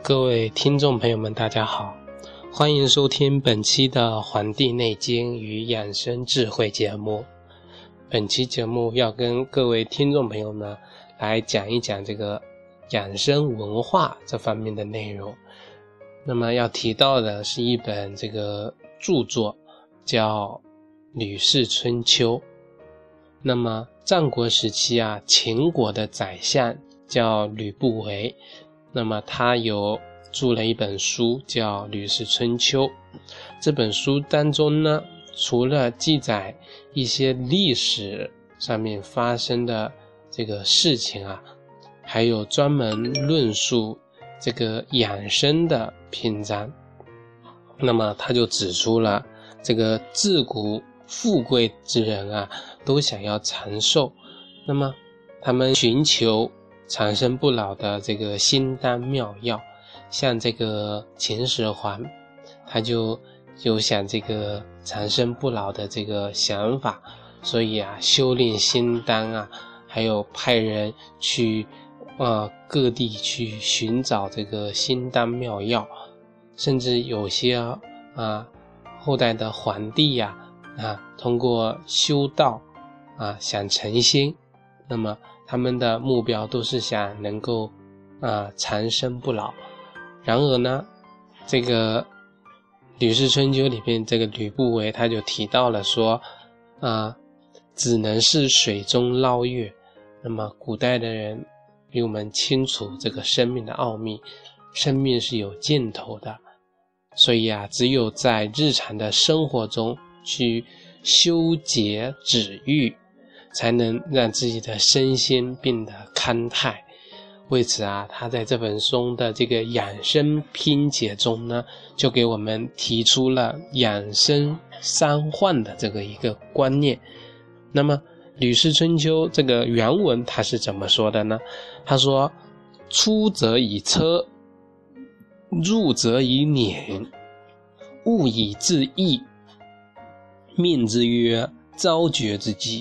各位听众朋友们大家好，欢迎收听本期的《黄帝内经与养生智慧》节目。本期节目要跟各位听众朋友们来讲一讲这个养生文化这方面的内容。那么要提到的是一本这个著作叫《吕氏春秋》。那么战国时期秦国的宰相叫吕不韦，那么他有著了一本书叫《吕氏春秋》。这本书当中呢，除了记载一些历史上面发生的这个事情还有专门论述这个养生的篇章。那么他就指出了这个自古富贵之人都想要长寿，那么他们寻求长生不老的这个仙丹妙药，像这个秦始皇他就有想这个长生不老的这个想法，所以修炼仙丹还有派人去各地去寻找这个仙丹妙药，甚至有些后代的皇帝通过修道想成仙，那么他们的目标都是想能够长生不老。然而呢，这个《吕氏春秋》里面这个吕不韦他就提到了说只能是水中捞月。那么古代的人比我们清楚这个生命的奥秘，生命是有尽头的，所以只有在日常的生活中去修洁止欲，才能让自己的身心变得康泰。为此他在这本书的这个养生篇节中呢，就给我们提出了养生三换的这个一个观念。那么《吕氏春秋》这个原文它是怎么说的呢？他说：出则以车，入则以辇，物以自缢，命之曰昭绝之计。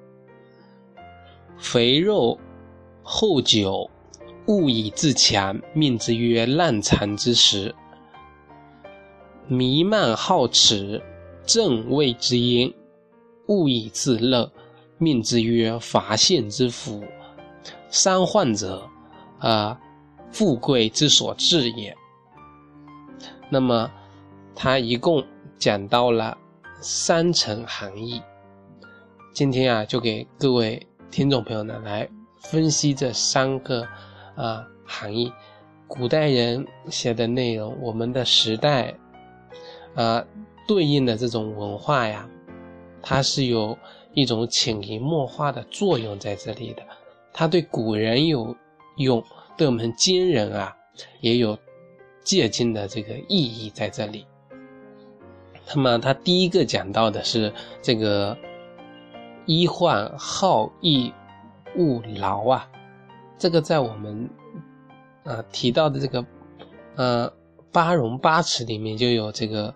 肥肉厚酒，物以自强，命之曰滥残之时。弥漫好齿，正胃之阴，物以自乐，命之曰伐陷之福。三患者富贵之所至也。那么他一共讲到了3层含义，今天就给各位听众朋友呢来分析这3个含义。古代人写的内容，我们的时代对应的这种文化它是有一种潜移默化的作用在这里的，它对古人有用，对我们今人也有借鉴的这个意义在这里。那么他第一个讲到的是这个医患好逸恶劳这个在我们提到的这个八荣八耻里面就有这个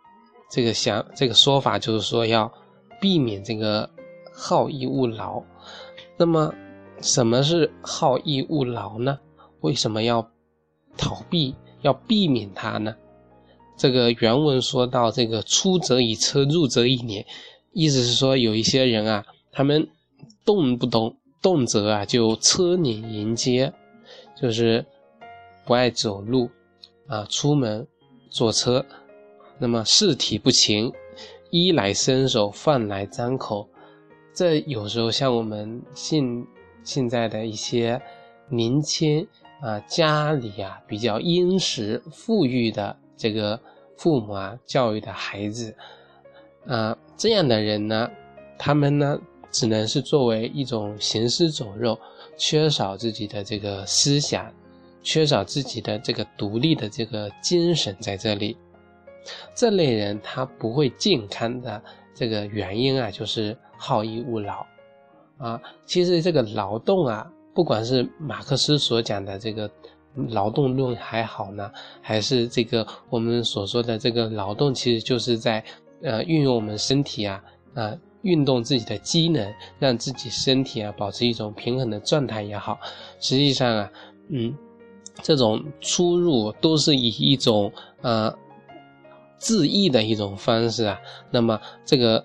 说法，就是说要避免这个好逸恶劳。那么什么是好逸恶劳呢？为什么要逃避，要避免它呢？这个原文说到这个出则以车，入则以辇，意思是说有一些人他们动辄就车辇迎接，就是不爱走路出门坐车，那么事体不勤，衣来伸手，饭来张口。这有时候像我们现在的一些年轻家里比较殷实富裕的这个父母教育的孩子这样的人呢，他们呢只能是作为一种行尸走肉，缺少自己的这个思想，缺少自己的这个独立的这个精神在这里。这类人他不会健康的这个原因就是好逸恶劳其实这个劳动不管是马克思所讲的这个劳动论还好呢，还是这个我们所说的这个劳动其实就是在运用我们身体运动自己的机能，让自己身体保持一种平衡的状态也好，实际上这种出入都是以一种自缢的一种方式啊。那么这个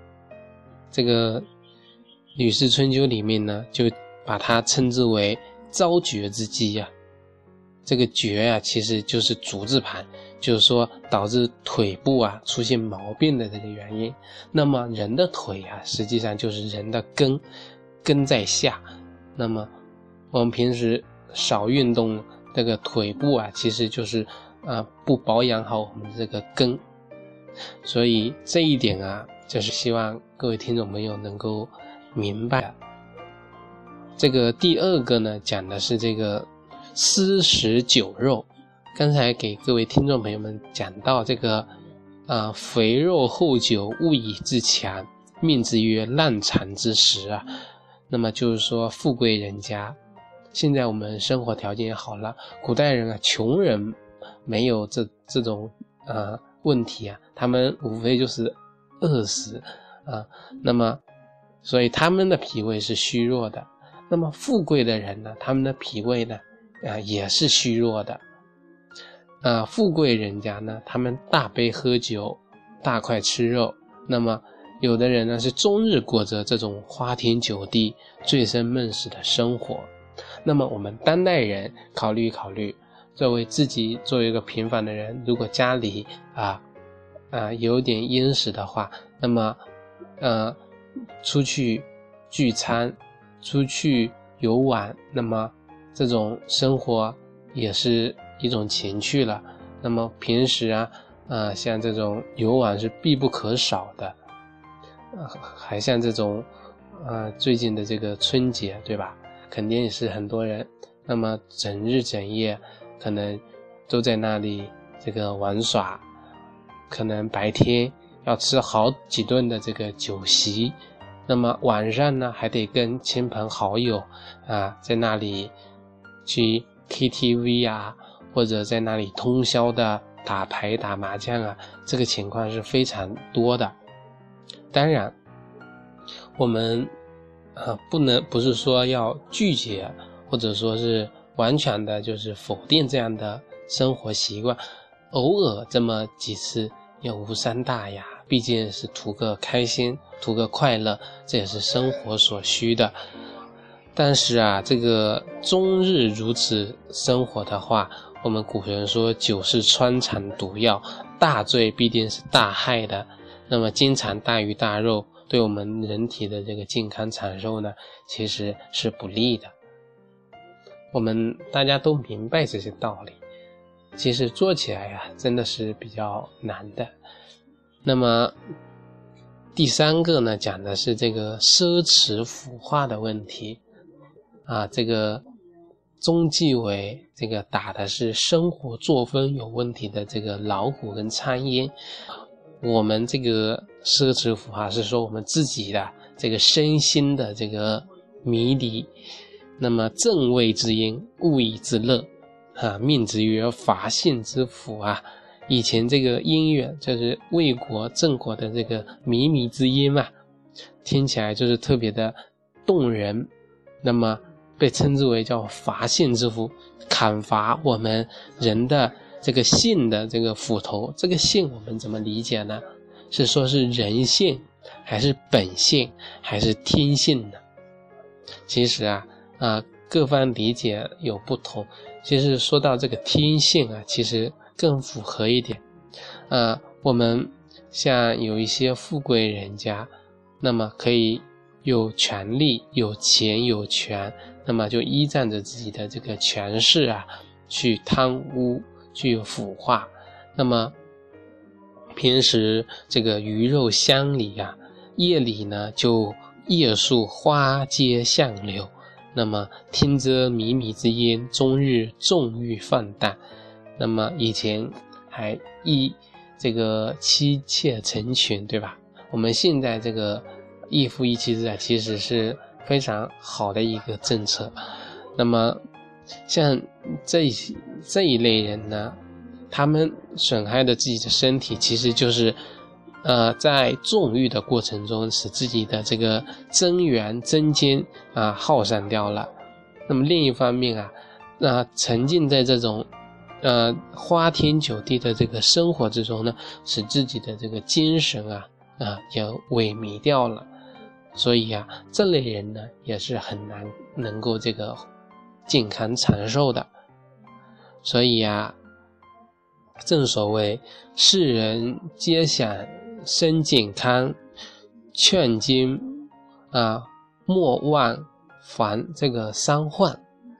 《吕氏春秋》里面呢，就把它称之为遭厥之疾啊。这个厥啊，其实就是足字旁，就是说导致腿部啊出现毛病的这个原因。那么人的腿啊，实际上就是人的根在下。那么我们平时少运动，这个腿部啊，其实就是不保养好我们的这个根。所以这一点啊，就是希望各位听众朋友能够明白。这个第二个呢，讲的是这个湿食酒肉。刚才给各位听众朋友们讲到这个肥肉厚酒，物以自强，命之曰滥产之时啊。那么就是说富贵人家，现在我们生活条件也好了，古代人啊，穷人没有这种问题啊，他们无非就是饿死啊。那么所以他们的脾胃是虚弱的。那么富贵的人呢，他们的脾胃呢也是虚弱的。富贵人家呢，他们大杯喝酒，大块吃肉。那么有的人呢，是终日过着这种花天酒地、醉生梦死的生活。那么我们当代人考虑一考虑，作为一个平凡的人，如果家里有点殷实的话，那么出去聚餐，出去游玩，那么这种生活也是一种情趣了。那么平时像这种游玩是必不可少的。还像这种最近的这个春节，对吧？肯定也是很多人，那么整日整夜可能都在那里这个玩耍，可能白天要吃好几顿的这个酒席，那么晚上呢还得跟亲朋好友在那里去 KTV 或者在那里通宵的打牌打麻将这个情况是非常多的。当然我们不是说要拒绝，或者说是完全的就是否定这样的生活习惯，偶尔这么几次也无伤大雅，毕竟是图个开心，图个快乐，这也是生活所需的。但是这个终日如此生活的话，我们古人说酒是穿肠毒药，大醉必定是大害的。那么经常大鱼大肉对我们人体的这个健康长寿呢，其实是不利的。我们大家都明白这些道理，其实做起来真的是比较难的。那么第三个呢，讲的是这个奢侈腐化的问题这个中纪委这个打的是生活作风有问题的这个老虎跟苍蝇。我们这个奢侈腐化是说我们自己的这个身心的这个迷离。那么正谓之音，物以之乐命之曰伐性之腐以前这个音乐就是魏国郑国的这个靡靡之音听起来就是特别的动人。那么被称之为叫伐性之腐，砍伐我们人的这个性的这个斧头。这个性我们怎么理解呢？是说是人性，还是本性，还是天性呢？其实各方理解有不同。其实说到这个天性其实更符合一点。我们像有一些富贵人家，那么可以有权利、有钱、有权，那么就依仗着自己的这个权势去贪污、去腐化。那么平时这个鱼肉乡里夜里呢就夜宿花街巷柳，那么听着靡靡之音，终日纵欲放荡。那么以前还这个妻妾成群，对吧？我们现在这个一夫一妻制其实是非常好的一个政策。那么像这一类人呢，他们损害的自己的身体，其实就是在纵欲的过程中使自己的这个真元真精耗散掉了。那么另一方面沉浸在这种花天酒地的这个生活之中呢，使自己的这个精神也萎靡掉了。所以这类人呢也是很难能够这个健康长寿的。所以正所谓世人皆想身健康，劝君莫忘防这个伤患。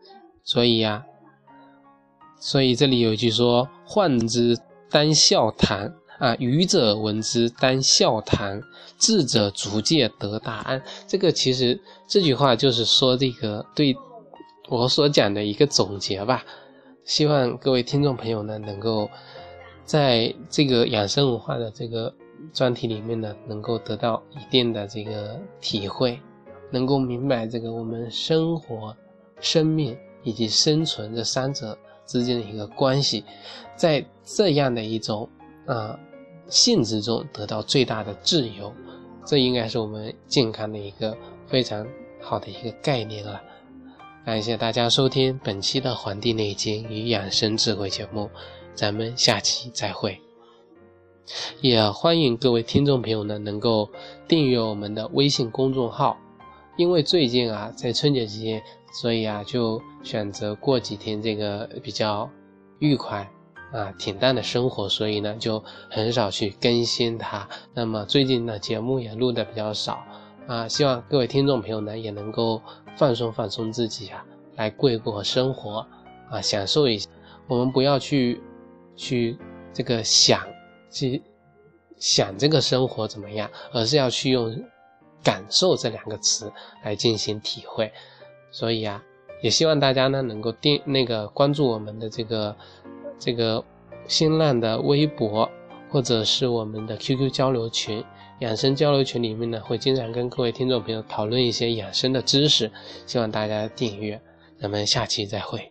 所以这里有一句说，患之当笑谈愚者闻之当笑谈，智者逐戒得大安。其实这句话就是说这个对我所讲的一个总结吧。希望各位听众朋友呢，能够在这个养生文化的这个专题里面呢，能够得到一定的这个体会，能够明白这个我们生活、生命以及生存这三者之间的一个关系，在这样的一种性质中得到最大的自由，这应该是我们健康的一个非常好的一个概念了。感谢大家收听本期的《黄帝内经与养生智慧》节目，咱们下期再会。也欢迎各位听众朋友呢能够订阅我们的微信公众号，因为最近在春节期间，所以就选择过几天这个比较愉快挺淡的生活，所以呢就很少去更新它。那么最近呢节目也录的比较少希望各位听众朋友呢也能够放松放松自己来过生活享受一下。我们不要去这个想这个生活怎么样，而是要去用感受这两个词来进行体会。所以也希望大家呢能够关注我们的这个新浪的微博，或者是我们的 QQ 交流群。养生交流群里面呢会经常跟各位听众朋友讨论一些养生的知识，希望大家订阅。咱们下期再会。